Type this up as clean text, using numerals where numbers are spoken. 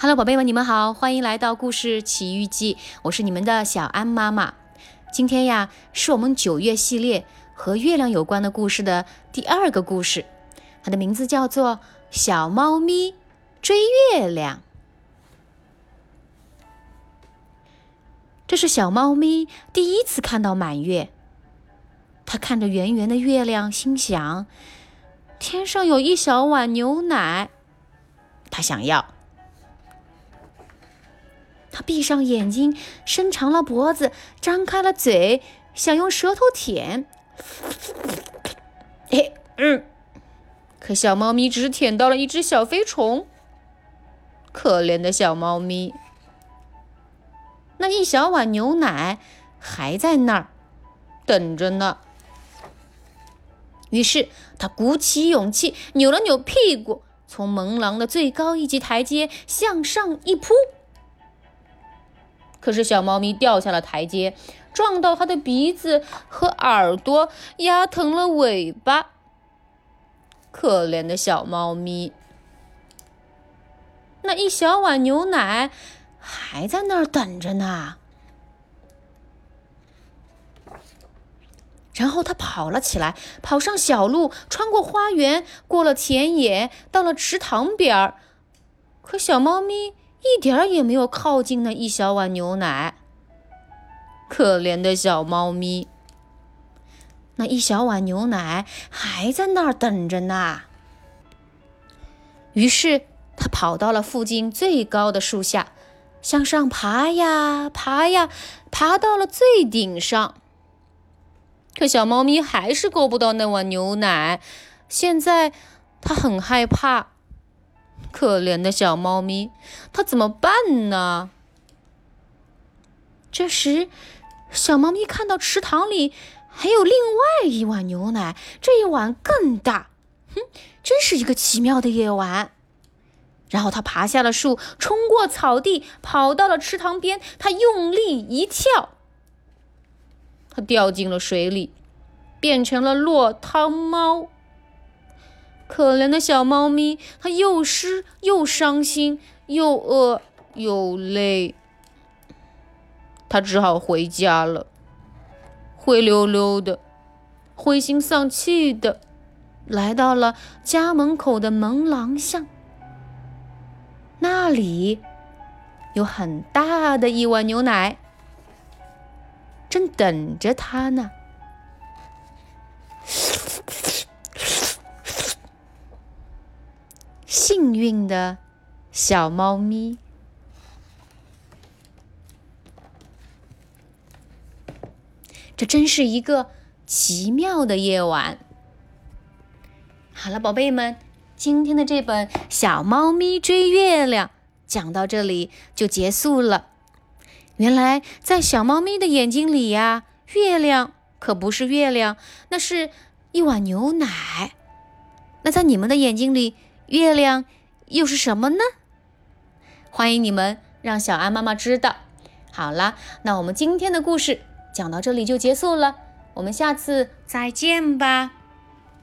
Hello， 宝贝们，你们好，欢迎来到故事奇遇记，我是你们的小安妈妈。今天呀，是我们9月系列和月亮有关的故事的第2个故事，它的名字叫做《小猫咪追月亮》。这是小猫咪第一次看到满月，它看着圆圆的月亮，心想：天上有一小碗牛奶，它想要。他闭上眼睛，伸长了脖子，张开了嘴，想用舌头舔。可小猫咪只舔到了一只小飞虫。可怜的小猫咪，那一小碗牛奶还在那儿等着呢。于是他鼓起勇气，扭了扭屁股，从门廊的最高一级台阶向上一扑。可是小猫咪掉下了台阶，撞到它的鼻子和耳朵，压疼了尾巴。可怜的小猫咪，那一小碗牛奶还在那儿等着呢。然后它跑了起来，跑上小路，穿过花园，过了田野，到了池塘边儿。可小猫咪一点儿也没有靠近那一小碗牛奶。可怜的小猫咪，那一小碗牛奶还在那儿等着呢。于是他跑到了附近最高的树下，向上爬呀爬呀，爬到了最顶上。可小猫咪还是够不到那碗牛奶，现在它很害怕。可怜的小猫咪，它怎么办呢？这时，小猫咪看到池塘里还有另外一碗牛奶，这一碗更大。真是一个奇妙的夜晚。然后它爬下了树，冲过草地，跑到了池塘边，它用力一跳，它掉进了水里，变成了落汤猫。可怜的小猫咪，它又湿又伤心，又饿又累，它只好回家了。灰溜溜的，灰心丧气的，来到了家门口的门廊上。那里有很大的一碗牛奶，正等着它呢。幸运的小猫咪。这真是一个奇妙的夜晚。好了，宝贝们，今天的这本《小猫咪追月亮》讲到这里就结束了。原来在小猫咪的眼睛里呀，月亮可不是月亮，那是一碗牛奶。那在你们的眼睛里，月亮又是什么呢？欢迎你们让小安妈妈知道。好了，那我们今天的故事讲到这里就结束了，我们下次再见吧。